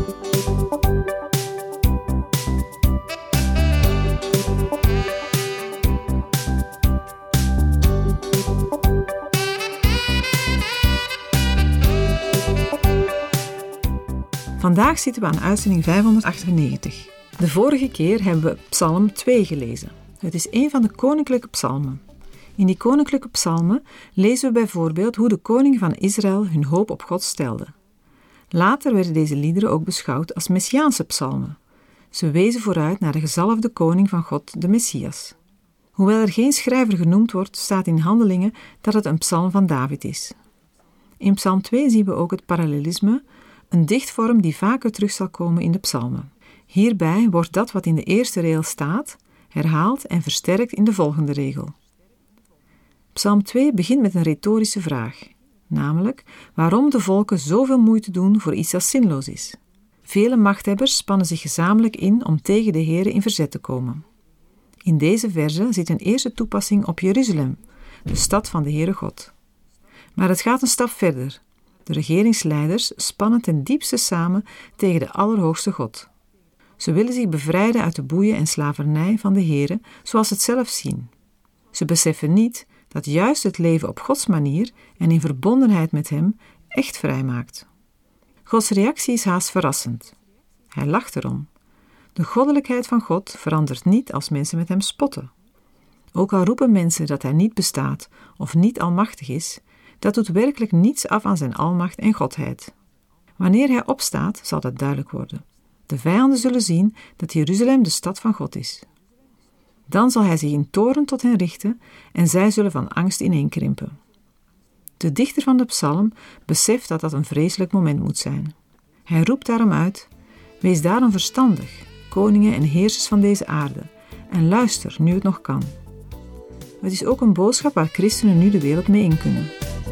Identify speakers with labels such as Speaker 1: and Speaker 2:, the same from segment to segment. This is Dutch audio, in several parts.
Speaker 1: Vandaag zitten we aan uitzending 598. De vorige keer hebben we Psalm 2 gelezen. Het is een van de koninklijke psalmen. In die koninklijke psalmen lezen we bijvoorbeeld hoe de koningen van Israël hun hoop op God stelden. Later werden deze liederen ook beschouwd als messiaanse psalmen. Ze wezen vooruit naar de gezalfde koning van God, de Messias. Hoewel er geen schrijver genoemd wordt, staat in Handelingen dat het een psalm van David is. In Psalm 2 zien we ook het parallelisme, een dichtvorm die vaker terug zal komen in de psalmen. Hierbij wordt dat wat in de eerste regel staat, herhaald en versterkt in de volgende regel. Psalm 2 begint met een retorische vraag, namelijk waarom de volken zoveel moeite doen voor iets dat zinloos is. Vele machthebbers spannen zich gezamenlijk in om tegen de Heere in verzet te komen. In deze verse zit een eerste toepassing op Jeruzalem, de stad van de Heere God. Maar het gaat een stap verder. De regeringsleiders spannen ten diepste samen tegen de Allerhoogste God. Ze willen zich bevrijden uit de boeien en slavernij van de Heere, zoals ze het zelf zien. Ze beseffen niet dat juist het leven op Gods manier en in verbondenheid met Hem echt vrijmaakt. Gods reactie is haast verrassend. Hij lacht erom. De goddelijkheid van God verandert niet als mensen met Hem spotten. Ook al roepen mensen dat Hij niet bestaat of niet almachtig is, dat doet werkelijk niets af aan zijn almacht en godheid. Wanneer Hij opstaat, zal dat duidelijk worden. De vijanden zullen zien dat Jeruzalem de stad van God is. Dan zal Hij zich in toorn tot hen richten en zij zullen van angst ineenkrimpen. De dichter van de psalm beseft dat dat een vreselijk moment moet zijn. Hij roept daarom uit: wees daarom verstandig, koningen en heersers van deze aarde, en luister nu het nog kan. Het is ook een boodschap waar christenen nu de wereld mee in kunnen.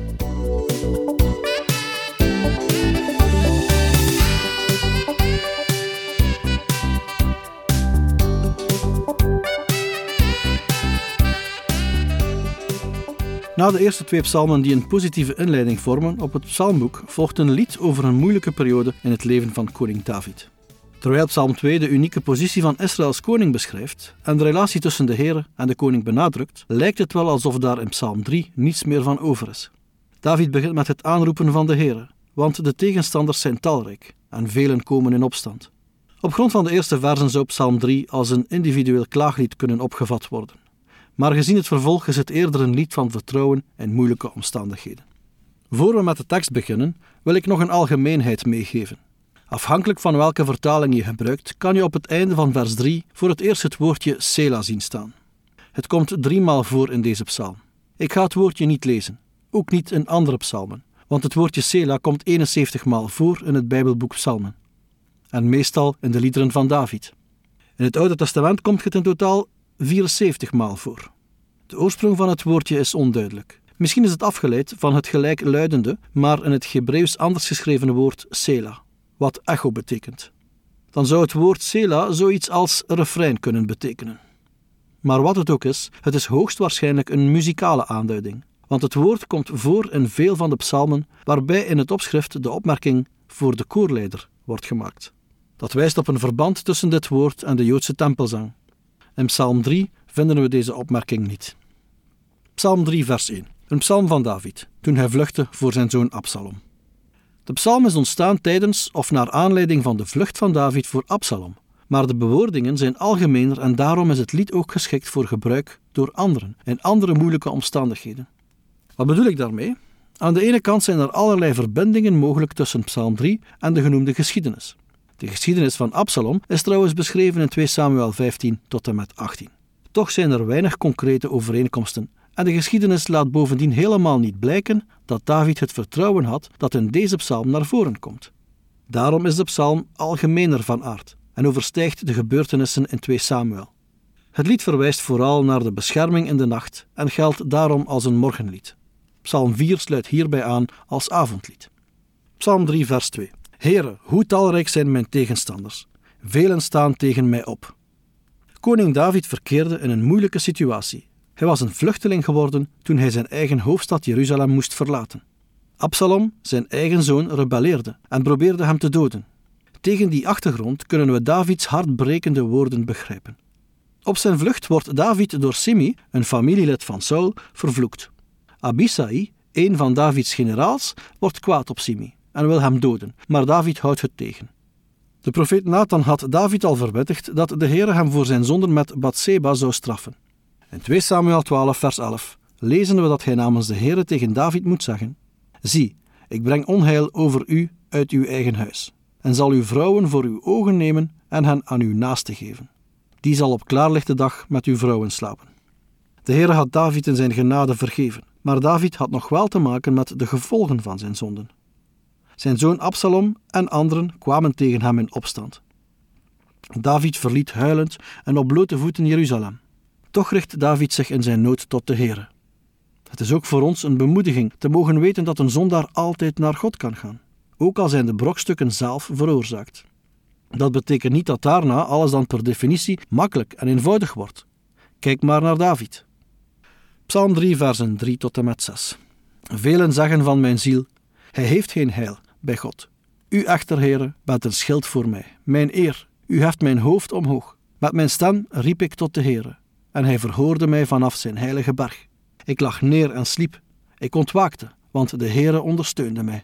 Speaker 2: Na de eerste twee psalmen die een positieve inleiding vormen op het psalmboek, volgt een lied over een moeilijke periode in het leven van koning David. Terwijl psalm 2 de unieke positie van Israëls koning beschrijft en de relatie tussen de Heere en de koning benadrukt, lijkt het wel alsof daar in psalm 3 niets meer van over is. David begint met het aanroepen van de Heere, want de tegenstanders zijn talrijk en velen komen in opstand. Op grond van de eerste versen zou psalm 3 als een individueel klaaglied kunnen opgevat worden. Maar gezien het vervolg is het eerder een lied van vertrouwen in moeilijke omstandigheden. Voor we met de tekst beginnen, wil ik nog een algemeenheid meegeven. Afhankelijk van welke vertaling je gebruikt, kan je op het einde van vers 3 voor het eerst het woordje Sela zien staan. Het komt 3 maal voor in deze psalm. Ik ga het woordje niet lezen, ook niet in andere psalmen, want het woordje Sela komt 71 maal voor in het Bijbelboek Psalmen. En meestal in de liederen van David. In het Oude Testament komt het in totaal 74 maal voor. De oorsprong van het woordje is onduidelijk. Misschien is het afgeleid van het gelijkluidende, maar in het Hebreeuws anders geschreven woord Sela, wat echo betekent. Dan zou het woord Sela zoiets als refrein kunnen betekenen. Maar wat het ook is, het is hoogstwaarschijnlijk een muzikale aanduiding, want het woord komt voor in veel van de psalmen, waarbij in het opschrift de opmerking voor de koorleider wordt gemaakt. Dat wijst op een verband tussen dit woord en de Joodse tempelzang. In psalm 3 vinden we deze opmerking niet. Psalm 3 vers 1. Een psalm van David, toen hij vluchtte voor zijn zoon Absalom. De psalm is ontstaan tijdens of naar aanleiding van de vlucht van David voor Absalom, maar de bewoordingen zijn algemener en daarom is het lied ook geschikt voor gebruik door anderen in andere moeilijke omstandigheden. Wat bedoel ik daarmee? Aan de ene kant zijn er allerlei verbindingen mogelijk tussen psalm 3 en de genoemde geschiedenis. De geschiedenis van Absalom is trouwens beschreven in 2 Samuel 15 tot en met 18. Toch zijn er weinig concrete overeenkomsten en de geschiedenis laat bovendien helemaal niet blijken dat David het vertrouwen had dat in deze psalm naar voren komt. Daarom is de psalm algemener van aard en overstijgt de gebeurtenissen in 2 Samuel. Het lied verwijst vooral naar de bescherming in de nacht en geldt daarom als een morgenlied. Psalm 4 sluit hierbij aan als avondlied. Psalm 3 vers 2. Heere, hoe talrijk zijn mijn tegenstanders. Velen staan tegen mij op. Koning David verkeerde in een moeilijke situatie. Hij was een vluchteling geworden toen hij zijn eigen hoofdstad Jeruzalem moest verlaten. Absalom, zijn eigen zoon, rebelleerde en probeerde hem te doden. Tegen die achtergrond kunnen we Davids hartbrekende woorden begrijpen. Op zijn vlucht wordt David door Simei, een familielid van Saul, vervloekt. Abisai, een van Davids generaals, wordt kwaad op Simei en wil hem doden, maar David houdt het tegen. De profeet Nathan had David al verwittigd dat de Heere hem voor zijn zonden met Batseba zou straffen. In 2 Samuel 12 vers 11 lezen we dat hij namens de Heere tegen David moet zeggen: Zie, ik breng onheil over u uit uw eigen huis, en zal uw vrouwen voor uw ogen nemen en hen aan uw naaste geven. Die zal op klaarlichte dag met uw vrouwen slapen. De Heere had David in zijn genade vergeven, maar David had nog wel te maken met de gevolgen van zijn zonden. Zijn zoon Absalom en anderen kwamen tegen hem in opstand. David verliet huilend en op blote voeten Jeruzalem. Toch richt David zich in zijn nood tot de Heere. Het is ook voor ons een bemoediging te mogen weten dat een zondaar altijd naar God kan gaan, ook al zijn de brokstukken zelf veroorzaakt. Dat betekent niet dat daarna alles dan per definitie makkelijk en eenvoudig wordt. Kijk maar naar David. Psalm 3, versen 3 tot en met 6. Velen zeggen van mijn ziel: hij heeft geen heil bij God. U echter, Heere, bent een schild voor mij, mijn eer. U heft mijn hoofd omhoog. Met mijn stem riep ik tot de Heere, en hij verhoorde mij vanaf zijn heilige berg. Ik lag neer en sliep. Ik ontwaakte, want de Heere ondersteunde mij.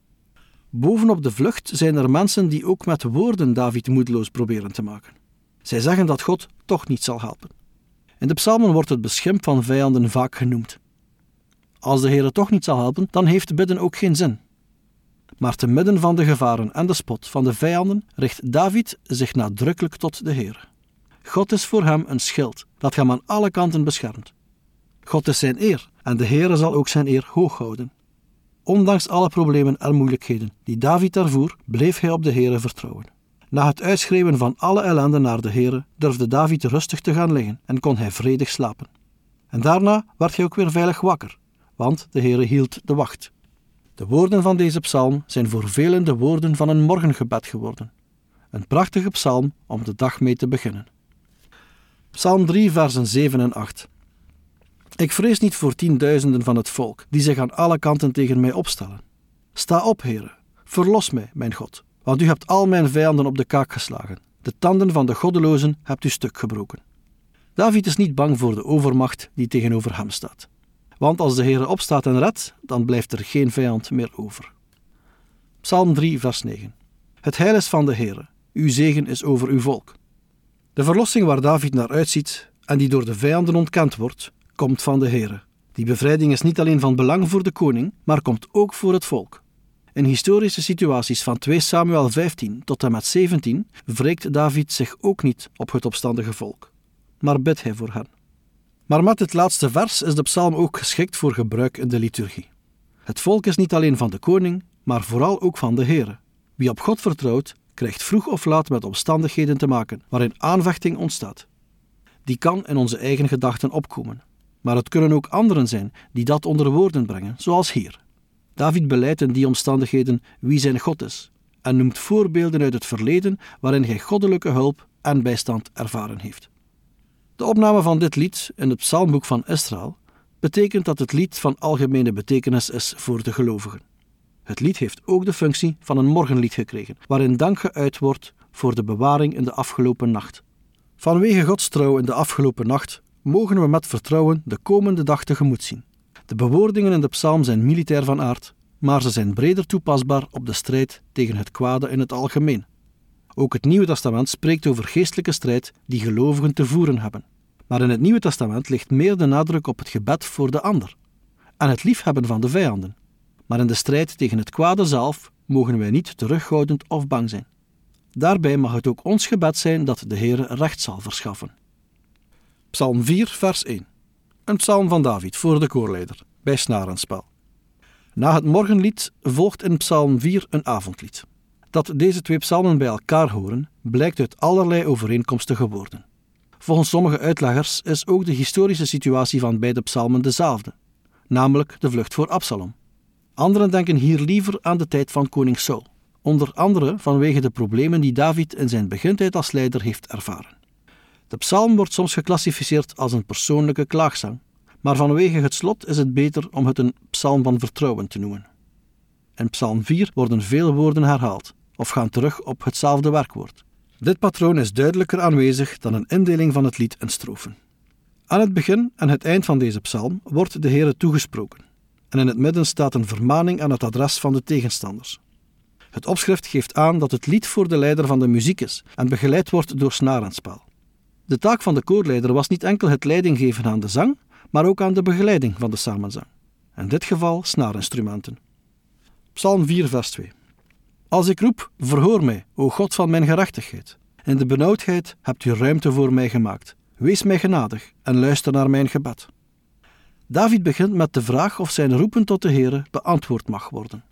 Speaker 2: Bovenop de vlucht zijn er mensen die ook met woorden David moedeloos proberen te maken. Zij zeggen dat God toch niet zal helpen. In de psalmen wordt het beschimp van vijanden vaak genoemd. Als de Heere toch niet zal helpen, dan heeft bidden ook geen zin. Maar te midden van de gevaren en de spot van de vijanden richt David zich nadrukkelijk tot de Heere. God is voor hem een schild dat hem aan alle kanten beschermt. God is zijn eer en de Heere zal ook zijn eer hoog houden. Ondanks alle problemen en moeilijkheden die David ervoer, bleef hij op de Heere vertrouwen. Na het uitschreeuwen van alle ellende naar de Heere, durfde David rustig te gaan liggen en kon hij vredig slapen. En daarna werd hij ook weer veilig wakker, want de Heere hield de wacht. De woorden van deze psalm zijn voor velen de woorden van een morgengebed geworden. Een prachtige psalm om de dag mee te beginnen. Psalm 3, versen 7 en 8. Ik vrees niet voor 10.000 van het volk, die zich aan alle kanten tegen mij opstellen. Sta op, Heere, verlos mij, mijn God, want u hebt al mijn vijanden op de kaak geslagen. De tanden van de goddelozen hebt u stuk gebroken. David is niet bang voor de overmacht die tegenover hem staat. Want als de Heere opstaat en redt, dan blijft er geen vijand meer over. Psalm 3, vers 9. Het heil is van de Heere, uw zegen is over uw volk. De verlossing waar David naar uitziet en die door de vijanden ontkend wordt, komt van de Heere. Die bevrijding is niet alleen van belang voor de koning, maar komt ook voor het volk. In historische situaties van 2 Samuel 15 tot en met 17 wreekt David zich ook niet op het opstandige volk, maar bidt hij voor hen. Maar met dit laatste vers is de psalm ook geschikt voor gebruik in de liturgie. Het volk is niet alleen van de koning, maar vooral ook van de Heere. Wie op God vertrouwt, krijgt vroeg of laat met omstandigheden te maken waarin aanvechting ontstaat. Die kan in onze eigen gedachten opkomen, maar het kunnen ook anderen zijn die dat onder woorden brengen, zoals hier. David belijdt in die omstandigheden wie zijn God is en noemt voorbeelden uit het verleden waarin hij goddelijke hulp en bijstand ervaren heeft. De opname van dit lied in het psalmboek van Israël betekent dat het lied van algemene betekenis is voor de gelovigen. Het lied heeft ook de functie van een morgenlied gekregen, waarin dank geuit wordt voor de bewaring in de afgelopen nacht. Vanwege Gods trouw in de afgelopen nacht mogen we met vertrouwen de komende dag tegemoet zien. De bewoordingen in de psalm zijn militair van aard, maar ze zijn breder toepasbaar op de strijd tegen het kwade in het algemeen. Ook het Nieuwe Testament spreekt over geestelijke strijd die gelovigen te voeren hebben. Maar in het Nieuwe Testament ligt meer de nadruk op het gebed voor de ander en het liefhebben van de vijanden. Maar in de strijd tegen het kwade zelf mogen wij niet terughoudend of bang zijn. Daarbij mag het ook ons gebed zijn dat de Heere recht zal verschaffen. Psalm 4, vers 1. Een psalm van David voor de koorleider, bij snarenspel. Na het morgenlied volgt in psalm 4 een avondlied. Dat deze twee psalmen bij elkaar horen, blijkt uit allerlei overeenkomstige woorden. Volgens sommige uitleggers is ook de historische situatie van beide psalmen dezelfde, namelijk de vlucht voor Absalom. Anderen denken hier liever aan de tijd van koning Saul, onder andere vanwege de problemen die David in zijn begintijd als leider heeft ervaren. De psalm wordt soms geclassificeerd als een persoonlijke klaagzang, maar vanwege het slot is het beter om het een psalm van vertrouwen te noemen. In psalm 4 worden veel woorden herhaald, of gaan terug op hetzelfde werkwoord. Dit patroon is duidelijker aanwezig dan een indeling van het lied in strofen. Aan het begin en het eind van deze psalm wordt de Heere toegesproken. En in het midden staat een vermaning aan het adres van de tegenstanders. Het opschrift geeft aan dat het lied voor de leider van de muziek is en begeleid wordt door snarenspel. De taak van de koorleider was niet enkel het leiding geven aan de zang, maar ook aan de begeleiding van de samenzang. In dit geval snaarinstrumenten. Psalm 4, vers 2. Als ik roep, verhoor mij, o God van mijn gerechtigheid. In de benauwdheid hebt u ruimte voor mij gemaakt. Wees mij genadig en luister naar mijn gebed. David begint met de vraag of zijn roepen tot de Heere beantwoord mag worden.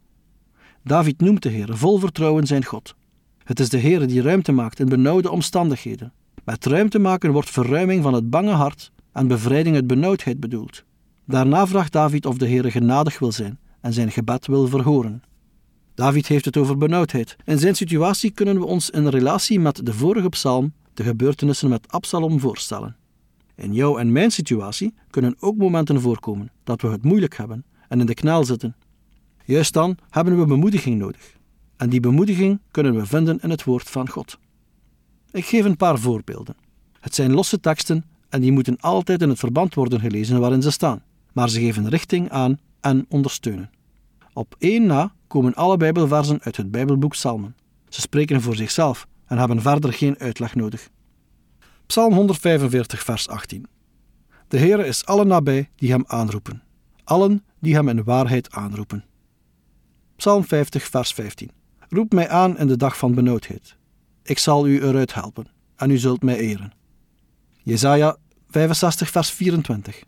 Speaker 2: David noemt de Heere vol vertrouwen zijn God. Het is de Heere die ruimte maakt in benauwde omstandigheden. Met ruimte maken wordt verruiming van het bange hart en bevrijding uit benauwdheid bedoeld. Daarna vraagt David of de Heere genadig wil zijn en zijn gebed wil verhoren. David heeft het over benauwdheid. In zijn situatie kunnen we ons in relatie met de vorige psalm de gebeurtenissen met Absalom voorstellen. In jouw en mijn situatie kunnen ook momenten voorkomen dat we het moeilijk hebben en in de knel zitten. Juist dan hebben we bemoediging nodig. En die bemoediging kunnen we vinden in het woord van God. Ik geef een paar voorbeelden. Het zijn losse teksten en die moeten altijd in het verband worden gelezen waarin ze staan. Maar ze geven richting aan en ondersteunen. Op één na komen alle Bijbelversen uit het Bijbelboek Psalmen. Ze spreken voor zichzelf en hebben verder geen uitleg nodig. Psalm 145, vers 18. De Heere is allen nabij die hem aanroepen. Allen die hem in waarheid aanroepen. Psalm 50, vers 15. Roep mij aan in de dag van benauwdheid. Ik zal u eruit helpen en u zult mij eren. Jesaja 65, vers 24.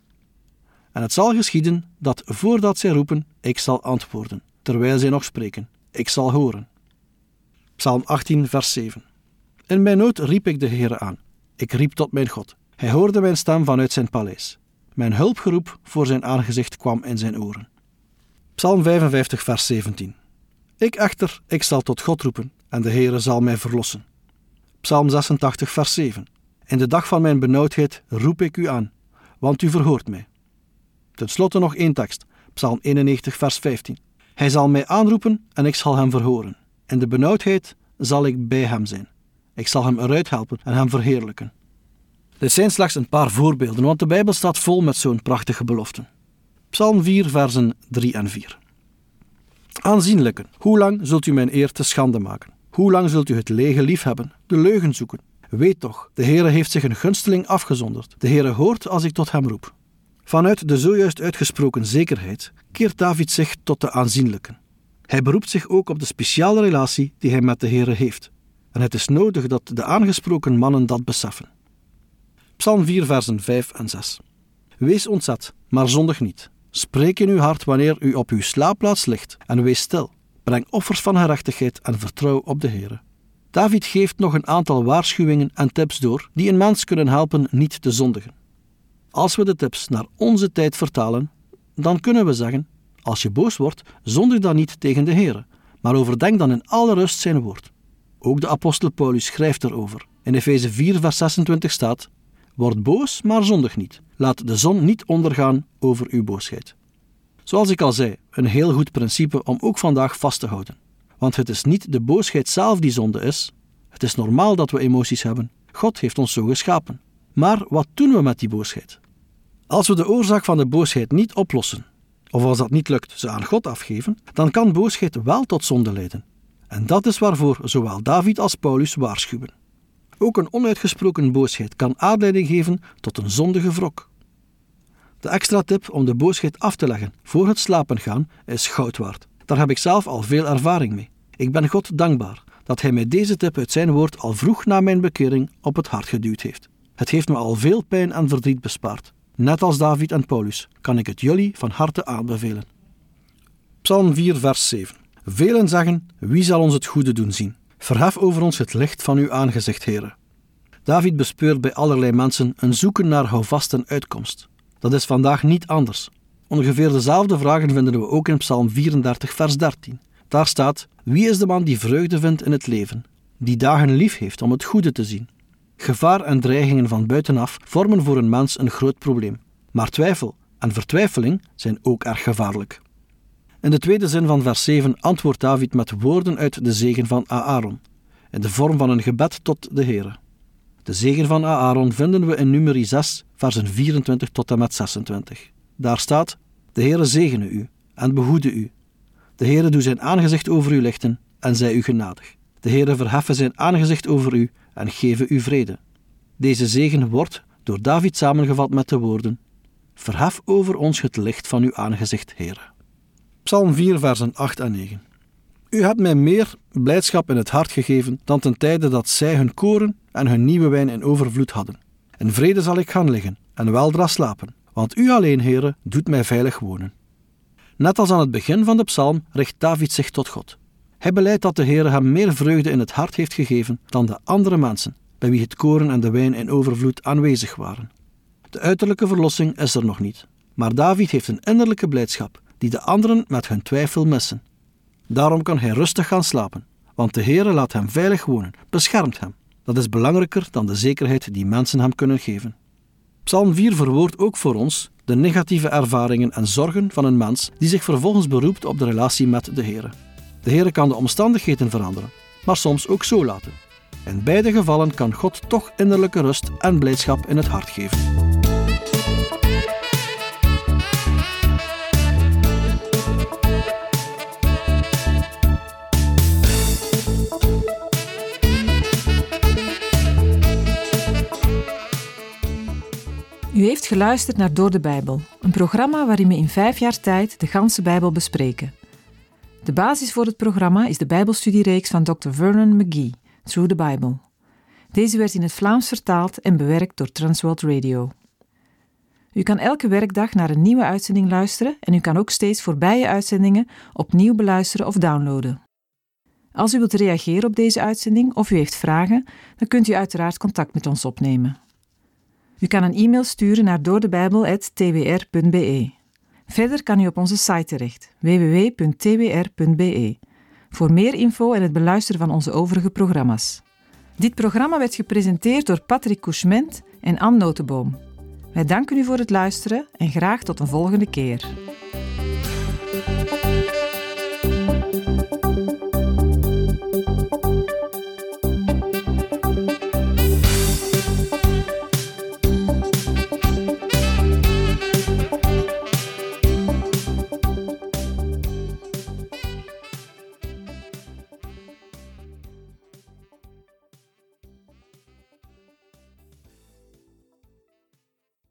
Speaker 2: En het zal geschieden dat voordat zij roepen, ik zal antwoorden. Terwijl zij nog spreken, ik zal horen. Psalm 18, vers 7. In mijn nood riep ik de Heere aan. Ik riep tot mijn God. Hij hoorde mijn stem vanuit zijn paleis. Mijn hulpgeroep voor zijn aangezicht kwam in zijn oren. Psalm 55, vers 17. Ik zal tot God roepen en de Heere zal mij verlossen. Psalm 86, vers 7. In de dag van mijn benauwdheid roep ik u aan, want u verhoort mij. Ten slotte nog één tekst, Psalm 91, vers 15. Hij zal mij aanroepen en ik zal hem verhoren. In de benauwdheid zal ik bij hem zijn. Ik zal hem eruit helpen en hem verheerlijken. Dit zijn slechts een paar voorbeelden, want de Bijbel staat vol met zo'n prachtige beloften. Psalm 4, versen 3 en 4. Aanzienlijken, hoe lang zult u mijn eer te schande maken? Hoe lang zult u het lege lief hebben, de leugen zoeken? Weet toch, de Heere heeft zich een gunsteling afgezonderd. De Heere hoort als ik tot hem roep. Vanuit de zojuist uitgesproken zekerheid keert David zich tot de aanzienlijken. Hij beroept zich ook op de speciale relatie die hij met de Heere heeft. En het is nodig dat de aangesproken mannen dat beseffen. Psalm 4, versen 5 en 6. Wees ontzet, maar zondig niet. Spreek in uw hart wanneer u op uw slaapplaats ligt en wees stil. Breng offers van gerechtigheid en vertrouw op de Heere. David geeft nog een aantal waarschuwingen en tips door die een mens kunnen helpen niet te zondigen. Als we de tips naar onze tijd vertalen, dan kunnen we zeggen, als je boos wordt, zondig dan niet tegen de Heere, maar overdenk dan in alle rust zijn woord. Ook de apostel Paulus schrijft erover. In Efeze 4, vers 26 staat, word boos, maar zondig niet. Laat de zon niet ondergaan over uw boosheid. Zoals ik al zei, een heel goed principe om ook vandaag vast te houden. Want het is niet de boosheid zelf die zonde is. Het is normaal dat we emoties hebben. God heeft ons zo geschapen. Maar wat doen we met die boosheid? Als we de oorzaak van de boosheid niet oplossen, of als dat niet lukt ze aan God afgeven, dan kan boosheid wel tot zonde leiden. En dat is waarvoor zowel David als Paulus waarschuwen. Ook een onuitgesproken boosheid kan aanleiding geven tot een zondige wrok. De extra tip om de boosheid af te leggen voor het slapen gaan is goud waard. Daar heb ik zelf al veel ervaring mee. Ik ben God dankbaar dat hij mij deze tip uit zijn woord al vroeg na mijn bekering op het hart geduwd heeft. Het heeft me al veel pijn en verdriet bespaard. Net als David en Paulus kan ik het jullie van harte aanbevelen. Psalm 4, vers 7. Velen zeggen, wie zal ons het goede doen zien? Verhef over ons het licht van uw aangezicht, Heere. David bespeurt bij allerlei mensen een zoeken naar houvast en uitkomst. Dat is vandaag niet anders. Ongeveer dezelfde vragen vinden we ook in Psalm 34, vers 13. Daar staat, wie is de man die vreugde vindt in het leven, die dagen lief heeft om het goede te zien? Gevaar en dreigingen van buitenaf vormen voor een mens een groot probleem. Maar twijfel en vertwijfeling zijn ook erg gevaarlijk. In de tweede zin van vers 7 antwoordt David met woorden uit de zegen van Aaron, in de vorm van een gebed tot de Heere. De zegen van Aaron vinden we in Numeri 6, versen 24 tot en met 26. Daar staat: De Heere zegene u en behoede u. De Heere doe zijn aangezicht over u lichten en zij u genadig. De Heere verheffe zijn aangezicht over u en geve u vrede. Deze zegen wordt door David samengevat met de woorden: Verhef over ons het licht van uw aangezicht, Heere. Psalm 4, versen 8 en 9. U hebt mij meer blijdschap in het hart gegeven dan ten tijde dat zij hun koren en hun nieuwe wijn in overvloed hadden. In vrede zal ik gaan liggen en weldra slapen, want u alleen, Heere, doet mij veilig wonen. Net als aan het begin van de psalm richt David zich tot God. Hij belijdt dat de Heere hem meer vreugde in het hart heeft gegeven dan de andere mensen, bij wie het koren en de wijn in overvloed aanwezig waren. De uiterlijke verlossing is er nog niet, maar David heeft een innerlijke blijdschap die de anderen met hun twijfel missen. Daarom kan hij rustig gaan slapen, want de Heere laat hem veilig wonen, beschermt hem. Dat is belangrijker dan de zekerheid die mensen hem kunnen geven. Psalm 4 verwoordt ook voor ons de negatieve ervaringen en zorgen van een mens die zich vervolgens beroept op de relatie met de Heere. De Heere kan de omstandigheden veranderen, maar soms ook zo laten. In beide gevallen kan God toch innerlijke rust en blijdschap in het hart geven.
Speaker 1: U heeft geluisterd naar Door de Bijbel, een programma waarin we in 5 jaar tijd de ganse Bijbel bespreken. De basis voor het programma is de Bijbelstudiereeks van Dr. Vernon McGee, Through the Bible. Deze werd in het Vlaams vertaald en bewerkt door Transworld Radio. U kan elke werkdag naar een nieuwe uitzending luisteren en u kan ook steeds voorbije uitzendingen opnieuw beluisteren of downloaden. Als u wilt reageren op deze uitzending of u heeft vragen, dan kunt u uiteraard contact met ons opnemen. U kan een e-mail sturen naar doordebijbel@twr.be. Verder kan u op onze site terecht, www.twr.be, voor meer info en het beluisteren van onze overige programma's. Dit programma werd gepresenteerd door Patrick Couchement en Anne Notenboom. Wij danken u voor het luisteren en graag tot een volgende keer.